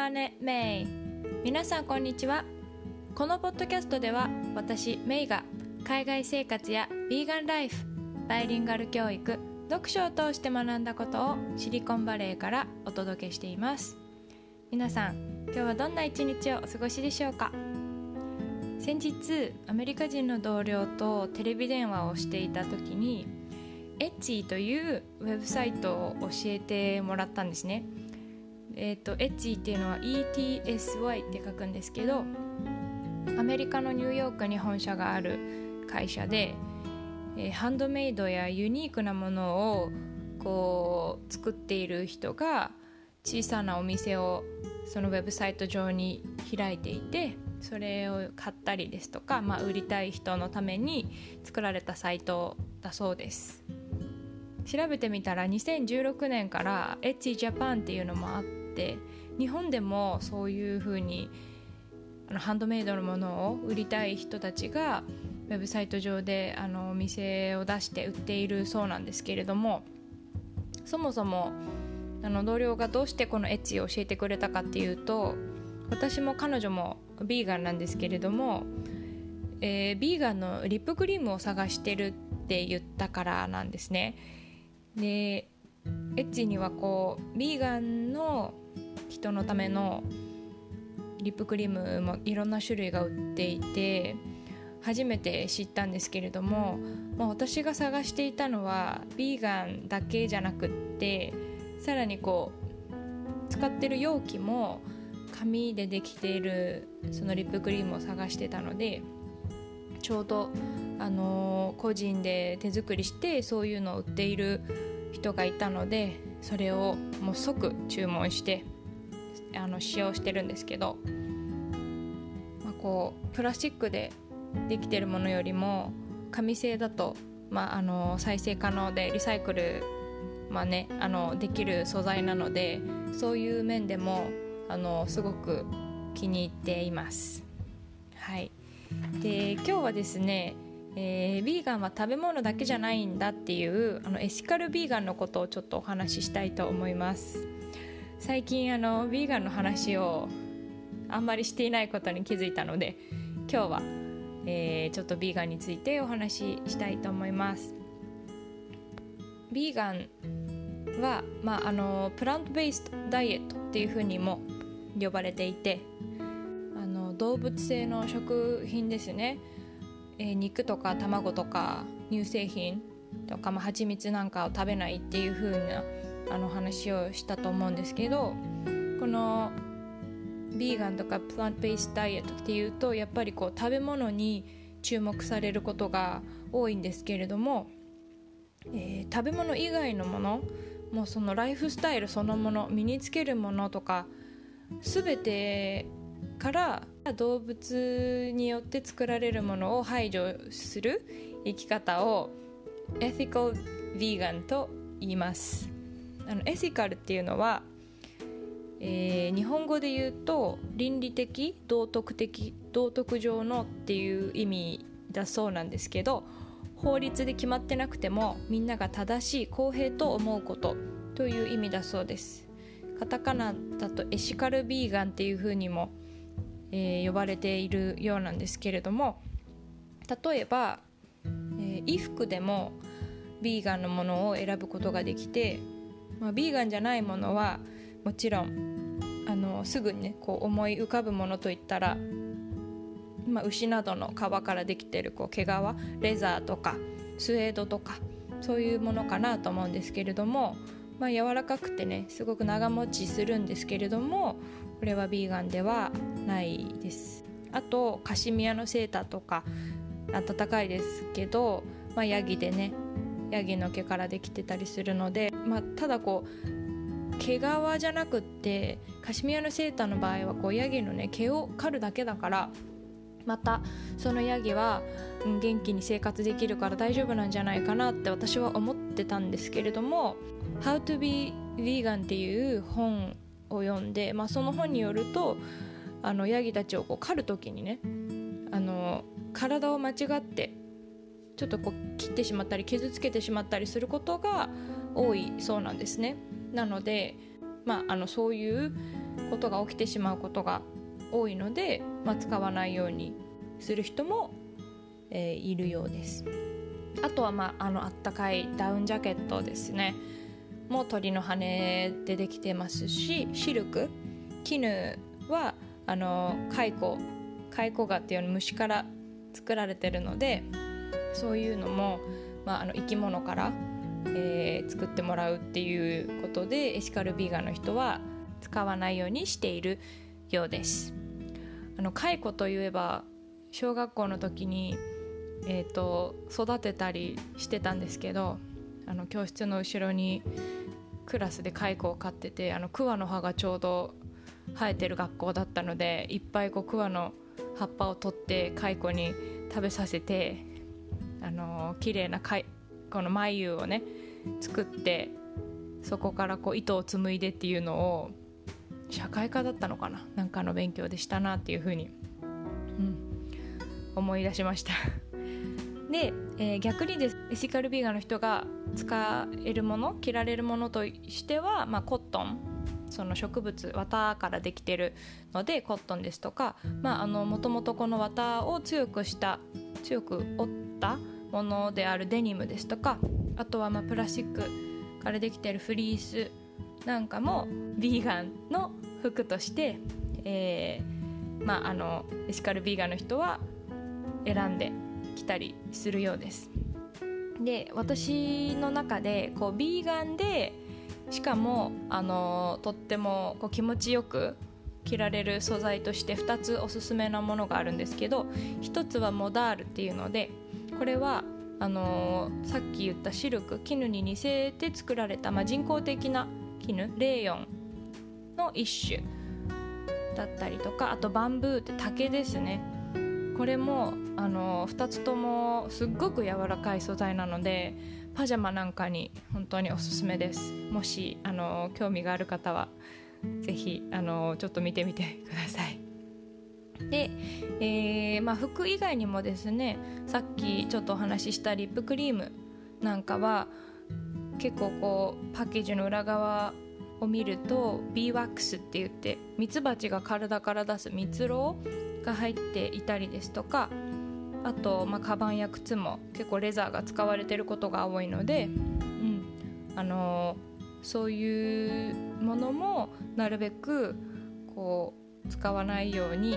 はねメイ。皆さんこんにちは。このポッドキャストでは私メイが海外生活やビーガンライフ、バイリンガル教育、読書を通して学んだことをシリコンバレーからお届けしています。皆さん今日はどんな一日をお過ごしでしょうか。先日アメリカ人の同僚とテレビ電話をしていた時にEtsyというウェブサイトを教えてもらったんですね。Etsy っていうのは ETSY って書くんですけど、アメリカのニューヨークに本社がある会社で、ハンドメイドやユニークなものを作っている人が小さなお店をそのウェブサイト上に開いていて、それを買ったりですとか、売りたい人のために作られたサイトだそうです。調べてみたら2016年から Etsy Japan っていうのもあって、日本でもそういう風にハンドメイドのものを売りたい人たちがウェブサイト上でお店を出して売っているそうなんですけれども、そもそも同僚がどうしてこの Etsy を教えてくれたかっていうと、私も彼女もビーガンなんですけれども、ビーガンのリップクリームを探してるって言ったからなんですね。で、Etsy にはビーガンの人のためのリップクリームもいろんな種類が売っていて、初めて知ったんですけれども、私が探していたのはビーガンだけじゃなくって、さらに使ってる容器も紙でできているそのリップクリームを探してたので、ちょうど個人で手作りしてそういうのを売っている人がいたので、それをもう即注文して使用してるんですけど、プラスチックでできてるものよりも紙製だと、再生可能でリサイクル、できる素材なので、そういう面でもすごく気に入っています。はい。で、今日はですね、ビーガンは食べ物だけじゃないんだっていうエシカルビーガンのことをちょっとお話ししたいと思います。最近ビーガンの話をあんまりしていないことに気づいたので、今日は、ちょっとビーガンについてお話ししたいと思います。ビーガンは、プラントベースドダイエットっていうふうにも呼ばれていて、動物性の食品ですね、肉とか卵とか乳製品とか、蜂蜜なんかを食べないっていう風な話をしたと思うんですけど、このビーガンとかプラントベースダイエットっていうと、やっぱり食べ物に注目されることが多いんですけれども、食べ物以外のものもうそのライフスタイルそのもの、身につけるものとか全てから動物によって作られるものを排除する生き方をエシカルビーガンと言います。エシカルっていうのは、日本語で言うと倫理的、道徳的、道徳上のっていう意味だそうなんですけど、法律で決まってなくてもみんなが正しい、公平と思うことという意味だそうです。カタカナだとエシカルビーガンっていう風にも、呼ばれているようなんですけれども、例えば、衣服でもビーガンのものを選ぶことができて、ビーガンじゃないものはもちろんすぐにね思い浮かぶものといったら、牛などの皮からできている毛皮、レザーとかスウェードとか、そういうものかなと思うんですけれども、柔らかくてねすごく長持ちするんですけれども、これはビーガンではないです。あとカシミヤのセーターとか暖かいですけど、ヤギでね、ヤギの毛からできてたりするので、ただ毛皮じゃなくって、カシミヤのセーターの場合はヤギのね毛を刈るだけだから、またそのヤギは元気に生活できるから大丈夫なんじゃないかなって私は思ってたんですけれども、 How to be vegan っていう本を読んで、その本によるとヤギたちを刈るときにね、体を間違ってちょっと切ってしまったり傷つけてしまったりすることが多いそうなんですね。なので、そういうことが起きてしまうことが多いので、使わないようにする人も、いるようです。あとは、あったかいダウンジャケットですね、もう鳥の羽でできてますし、シルク、絹は蚕蛾っていう虫から作られてるので、そういうのも、生き物から、作ってもらうっていうことで、エシカルビーガンの人は使わないようにしているようです。蚕といえば小学校の時に、育てたりしてたんですけど、教室の後ろにクラスで蚕を飼ってて、桑の葉がちょうど生えてる学校だったので、いっぱい桑の葉っぱを取って蚕に食べさせて、綺麗なこの繭をね作って、そこから糸を紡いでっていうのを社会科だったのかな、なんかの勉強でしたなっていうふうに、思い出しましたで、逆にです、エシカルビーガンの人が使えるもの、着られるものとしては、コットン、その植物綿からできてるのでコットンですとか、もともとこの綿を強く折ったものであるデニムですとか、あとはプラスチックからできてるフリースなんかもビーガンの服として、エシカルビーガンの人は選んできたりするようです。で、私の中でビーガンでしかもとっても気持ちよく着られる素材として2つおすすめなものがあるんですけど、1つはモダールっていうので、これはさっき言ったシルク、絹に似せて作られた、人工的な絹、レーヨンの一種だったりとか、あとバンブーって竹ですね。これも2つともすっごく柔らかい素材なので、パジャマなんかに本当におすすめです。もし興味がある方はぜひちょっと見てみてください。で、服以外にもですね、さっきちょっとお話ししたリップクリームなんかは結構パッケージの裏側を見るとビーワックスって言って、ミツバチが体から出す蜜蝋が入っていたりですとか、あと、カバンや靴も結構レザーが使われていることが多いので、そういうものもなるべく使わないように、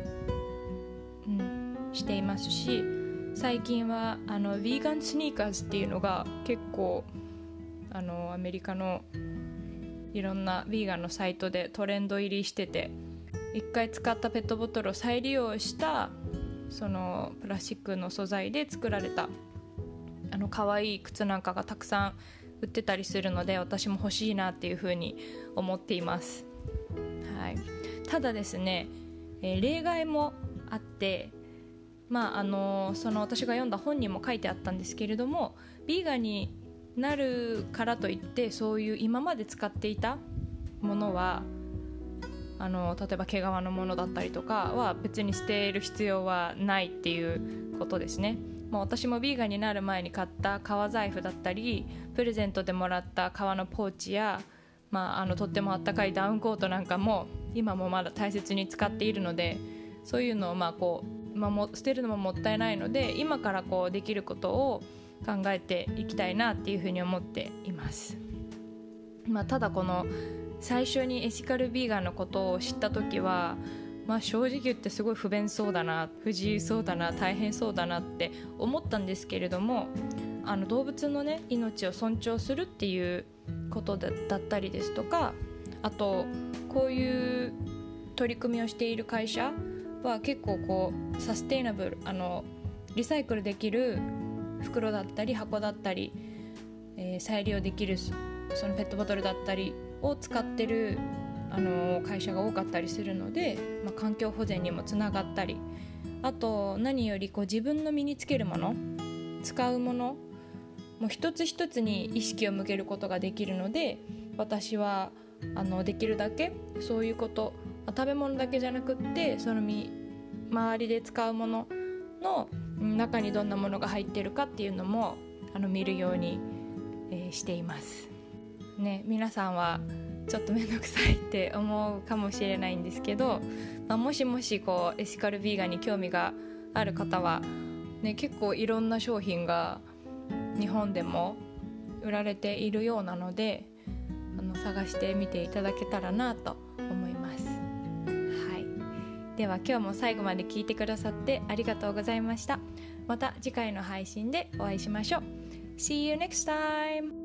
していますし、最近はヴィーガンスニーカーズっていうのが結構アメリカのいろんなヴィーガンのサイトでトレンド入りしてて、一回使ったペットボトルを再利用したそのプラスチックの素材で作られた可愛い靴なんかがたくさん売ってたりするので、私も欲しいなっていうふうに思っています。はい、ただですね、例外もあって、その私が読んだ本にも書いてあったんですけれども、ビーガンになるからといってそういう今まで使っていたものは例えば毛皮のものだったりとかは別に捨てる必要はないっていうことですね。私もビーガンになる前に買った革財布だったり、プレゼントでもらった革のポーチや、とってもあったかいダウンコートなんかも今もまだ大切に使っているので、そういうのを捨てるのももったいないので、今からできることを考えていきたいなっていうふうに思っています。ただこの最初にエシカルビーガンのことを知った時は、正直言ってすごい不便そうだな、不自由そうだな、大変そうだなって思ったんですけれども、動物のね命を尊重するっていうことだったりですとか、あとこういう取り組みをしている会社は結構サステイナブル、リサイクルできる袋だったり箱だったり、再利用できるそのペットボトルだったりを使ってる会社が多かったりするので、環境保全にもつながったり、あと何より自分の身につけるもの、使うものもう一つ一つに意識を向けることができるので、私はできるだけそういうこと、食べ物だけじゃなくってその周りで使うものの中にどんなものが入っているかっていうのも見るように、しています。 ね、皆さんはちょっと面倒くさいって思うかもしれないんですけど、もしもしこうエシカルヴィーガンに興味がある方は、ね、結構いろんな商品が日本でも売られているようなので、探してみていただけたらなと思います。はい、では今日も最後まで聞いてくださってありがとうございました。また次回の配信でお会いしましょう。See you next time!